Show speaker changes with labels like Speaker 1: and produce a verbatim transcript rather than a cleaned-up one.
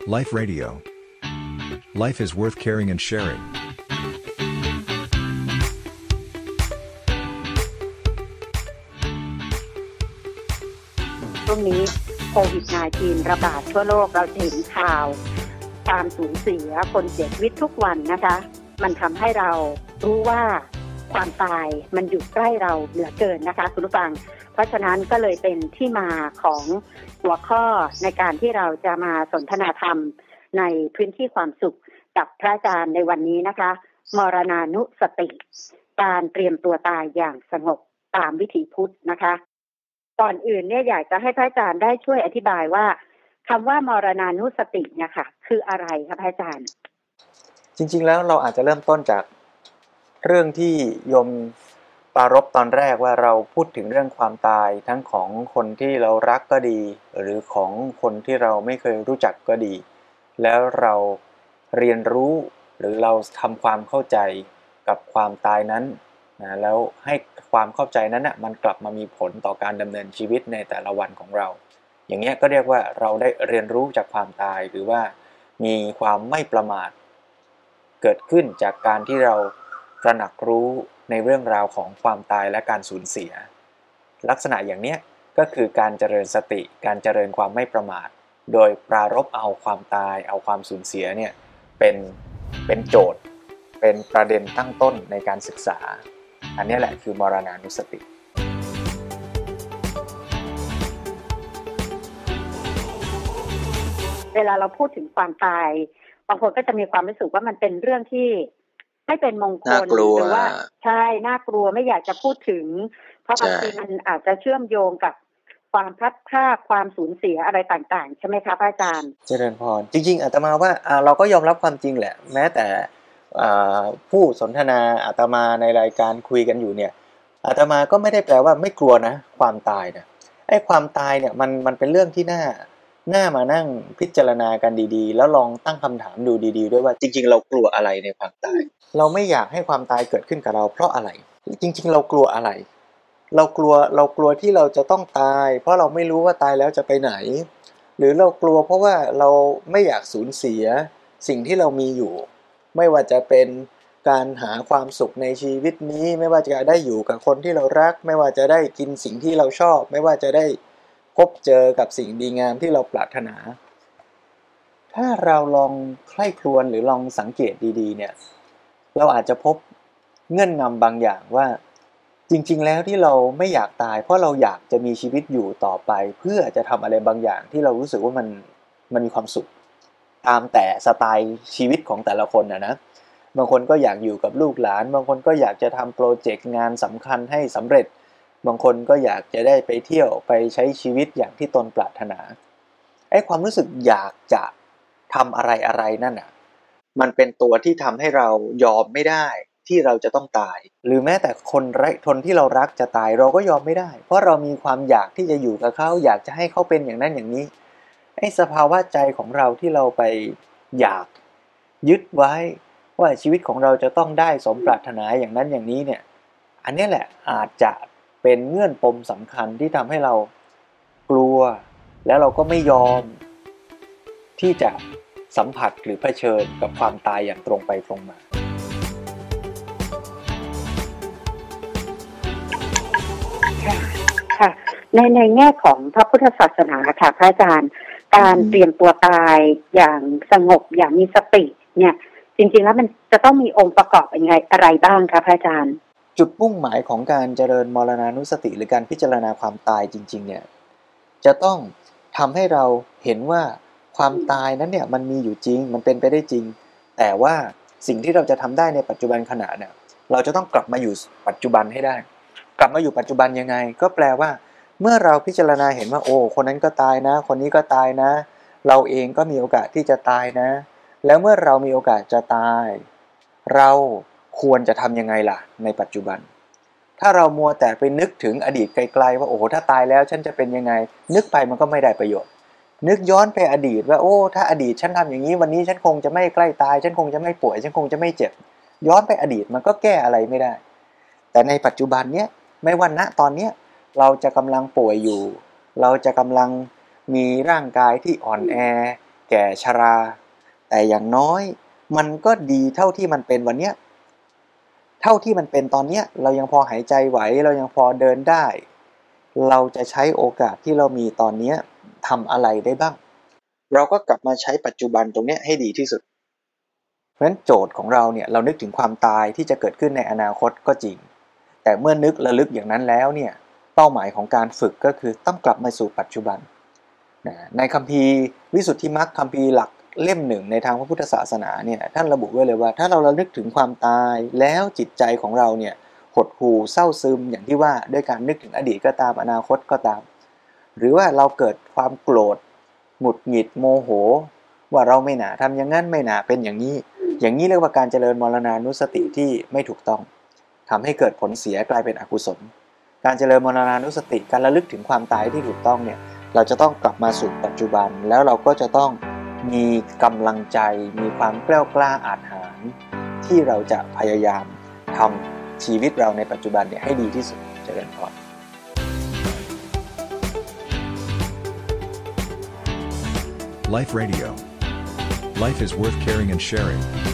Speaker 1: Life Radio. Life is worth caring and sharing.
Speaker 2: ช่วงนี้โควิด สิบเก้า ระบาดทั่วโลกเราเห็นข่าวความสูญเสียคนเสียชีวิตทุกวันนะคะมันทำให้เรารู้ว่าความตายมันอยู่ใกล้เราเหลือเกินนะคะคุณผู้ฟังเพราะฉะนั้นก็เลยเป็นที่มาของหัวข้อในการที่เราจะมาสนทนาธรรมในพื้นที่ความสุขกับพระอาจารย์ในวันนี้นะคะมรณานุสติการเตรียมตัวตายอย่างสงบตามวิถีพุทธนะคะก่อนอื่นเนี่ยอยากจะให้พระอาจารย์ได้ช่วยอธิบายว่าคำว่ามรณานุสติเนี่ยค่ะคืออะไรคะพระอาจารย์
Speaker 3: จริงๆแล้วเราอาจจะเริ่มต้นจากเรื่องที่โยมปรารภตอนแรกว่าเราพูดถึงเรื่องความตายทั้งของคนที่เรารักก็ดีหรือของคนที่เราไม่เคยรู้จักก็ดีแล้วเราเรียนรู้หรือเราทำความเข้าใจกับความตายนั้นนะแล้วให้ความเข้าใจนั้นนะมันกลับมามีผลต่อการดำเนินชีวิตในแต่ละวันของเราอย่างเงี้ยก็เรียกว่าเราได้เรียนรู้จากความตายหรือว่ามีความไม่ประมาทเกิดขึ้นจากการที่เราตระหนักรู้ในเรื่องราวของความตายและการสูญเสียลักษณะอย่างเนี้ยก็คือการเจริญสติการเจริญความไม่ประมาทโดยปรารภเอาความตายเอาความสูญเสียเนี่ยเป็นเป็นโจทย์เป็นประเด็นตั้งต้นในการศึกษาอันนี้แหละคือมรณานุสติ
Speaker 2: เวลาเราพูดถึงความตายบางคนก็จะมีความรู้สึกว่ามันเป็นเรื่องที่ไม่เป็นมงคลหรือว่าใช่น่ากลัวไม่อยากจะพูดถึงเพราะบางทีมันอาจจะเชื่อมโยงกับความพลัดพรากความสูญเสียอะไรต่างๆใช่ไหมคะอาจารย์
Speaker 3: เจริญพรจริงๆอาตมาว่าเราก็ยอมรับความจริงแหละแม้แต่ผู้สนทนาอาตมาในรายการคุยกันอยู่เนี่ยอาตมาก็ไม่ได้แปลว่าไม่กลัวนะความตายนะไอ้ความตายเนี่ยมันมันเป็นเรื่องที่น่าน่ามานั่งพิจารณากันดีๆแล้วลองตั้งคำถามดูดีๆด้วยว่าจริงๆเรากลัวอะไรในความตายเราไม่อยากให้ความตายเกิดขึ้นกับเราเพราะอะไรจริงๆเรากลัวอะไรเรากลัวเรากลัวที่เราจะต้องตายเพราะเราไม่รู้ว่าตายแล้วจะไปไหนหรือเรากลัวเพราะว่าเราไม่อยากสูญเสียสิ่งที่เรามีอยู่ไม่ว่าจะเป็นการหาความสุขในชีวิตนี้ไม่ว่าจะได้อยู่กับคนที่เรารักไม่ว่าจะได้กินสิ่งที่เราชอบไม่ว่าจะได้พบเจอกับสิ่งดีงามที่เราปรารถนาถ้าเราลองใคร่ครวญหรือลองสังเกตดีๆเนี่ยเราอาจจะพบเงื่อนงำบางอย่างว่าจริงๆแล้วที่เราไม่อยากตายเพราะเราอยากจะมีชีวิตอยู่ต่อไปเพื่อจะทำอะไรบางอย่างที่เรารู้สึกว่ามันมันมีความสุขตามแต่สไตล์ชีวิตของแต่ละคนนะนะบางคนก็อยากอยู่กับลูกหลานบางคนก็อยากจะทำโปรเจกต์งานสำคัญให้สำเร็จบางคนก็อยากจะได้ไปเที่ยวไปใช้ชีวิตอย่างที่ตนปรารถนาไอ้ความรู้สึกอยากจะทำอะไรอะไรนั่นน่ะมันเป็นตัวที่ทำให้เรายอมไม่ได้ที่เราจะต้องตายหรือแม้แต่คนไร้คนที่เรารักจะตายเราก็ยอมไม่ได้เพราะเรามีความอยากที่จะอยู่กับเขาอยากจะให้เขาเป็นอย่างนั้นอย่างนี้ไอ้สภาวะใจของเราที่เราไปอยากยึดไว้ว่าชีวิตของเราจะต้องได้สมปรารถนาอย่างนั้นอย่างนี้เนี่ยอันนี้แหละอาจจะเป็นเงื่อนปมสำคัญที่ทำให้เรากลัวแล้วเราก็ไม่ยอมที่จะสัมผัสหรือเผชิญกับความตายอย่างตรงไปตรงมา
Speaker 2: ค่ะค่ะในในแง่ของพระพุทธศาสนาค่ะพระอาจารย์การเตรียมตัวตายอย่างสงบอย่างมีสติเนี่ยจริงๆแล้วมันจะต้องมีองค์ประกอบยังไงอะไรบ้างคะพระอาจารย์
Speaker 3: จุดมุ่งหมายของการเจริญมรณานุสติหรือการพิจารณาความตายจริงๆเนี่ยจะต้องทำให้เราเห็นว่าความตายนั้นเนี่ยมันมีอยู่จริงมันเป็นไปได้จริงแต่ว่าสิ่งที่เราจะทำได้ในปัจจุบันขณะเนี่ยเราจะต้องกลับมาอยู่ปัจจุบันให้ได้กลับมาอยู่ปัจจุบันยังไงก็แปลว่าเมื่อเราพิจารณาเห็นว่าโอ้คนนั้นก็ตายนะคนนี้ก็ตายนะเราเองก็มีโอกาสที่จะตายนะแล้วเมื่อเรามีโอกาสจะตายเราควรจะทำยังไงล่ะในปัจจุบันถ้าเรามัวแต่ไปนึกถึงอดีตไกลๆว่าโอ้โหถ้าตายแล้วฉันจะเป็นยังไงนึกไปมันก็ไม่ได้ประโยชน์นึกย้อนไปอดีตว่าโอ้ถ้าอดีตฉันทำอย่างนี้วันนี้ฉันคงจะไม่ใกล้ตายฉันคงจะไม่ป่วยฉันคงจะไม่เจ็บย้อนไปอดีตมันก็แก้อะไรไม่ได้แต่ในปัจจุบันเนี้ยไม่ว่าณตอนเนี้ยเราจะกำลังป่วยอยู่เราจะกำลังมีร่างกายที่อ่อนแอแก่ชราแต่อย่างน้อยมันก็ดีเท่าที่มันเป็นวันเนี้ยเท่าที่มันเป็นตอนเนี้ยเรายังพอหายใจไหวเรายังพอเดินได้เราจะใช้โอกาสที่เรามีตอนนี้ทำอะไรได้บ้างเราก็กลับมาใช้ปัจจุบันตรงนี้ให้ดีที่สุดเพราะฉะนั้นโจทย์ของเราเนี่ยเรานึกถึงความตายที่จะเกิดขึ้นในอนาคตก็จริงแต่เมื่อนึกระลึกอย่างนั้นแล้วเนี่ยเป้าหมายของการฝึกก็คือต้องกลับมาสู่ปัจจุบันในคัมภีร์วิสุทธิมรรคคัมภีร์หลักเล่มหนึ่งในทางพระพุทธศาสนาเนี่ยท่านระบุไว้เลยว่าถ้าเราระลึกถึงความตายแล้วจิตใจของเราเนี่ยหดหู่เศร้าซึมอย่างที่ว่าด้วยการนึกถึงอดีตก็ตามอนาคตก็ตามหรือว่าเราเกิดความโกรธหงุดหงิดโมโหว่าเราไม่น่าทำอย่างนั้นไม่น่าเป็นอย่างนี้อย่างนี้เรียกว่าการเจริญมรณานุสติที่ไม่ถูกต้องทำให้เกิดผลเสียกลายเป็นอกุศลการเจริญมรณานุสติการระลึกถึงความตายที่ถูกต้องเนี่ยเราจะต้องกลับมาสู่ปัจจุบันแล้วเราก็จะต้องมีกำลังใจมีความกล้ากล้าอาจหาญที่เราจะพยายามทำชีวิตเราในปัจจุบันเนี่ยให้ดีที่สุดเจริญพร
Speaker 1: Life Radio. Life is worth caring and sharing.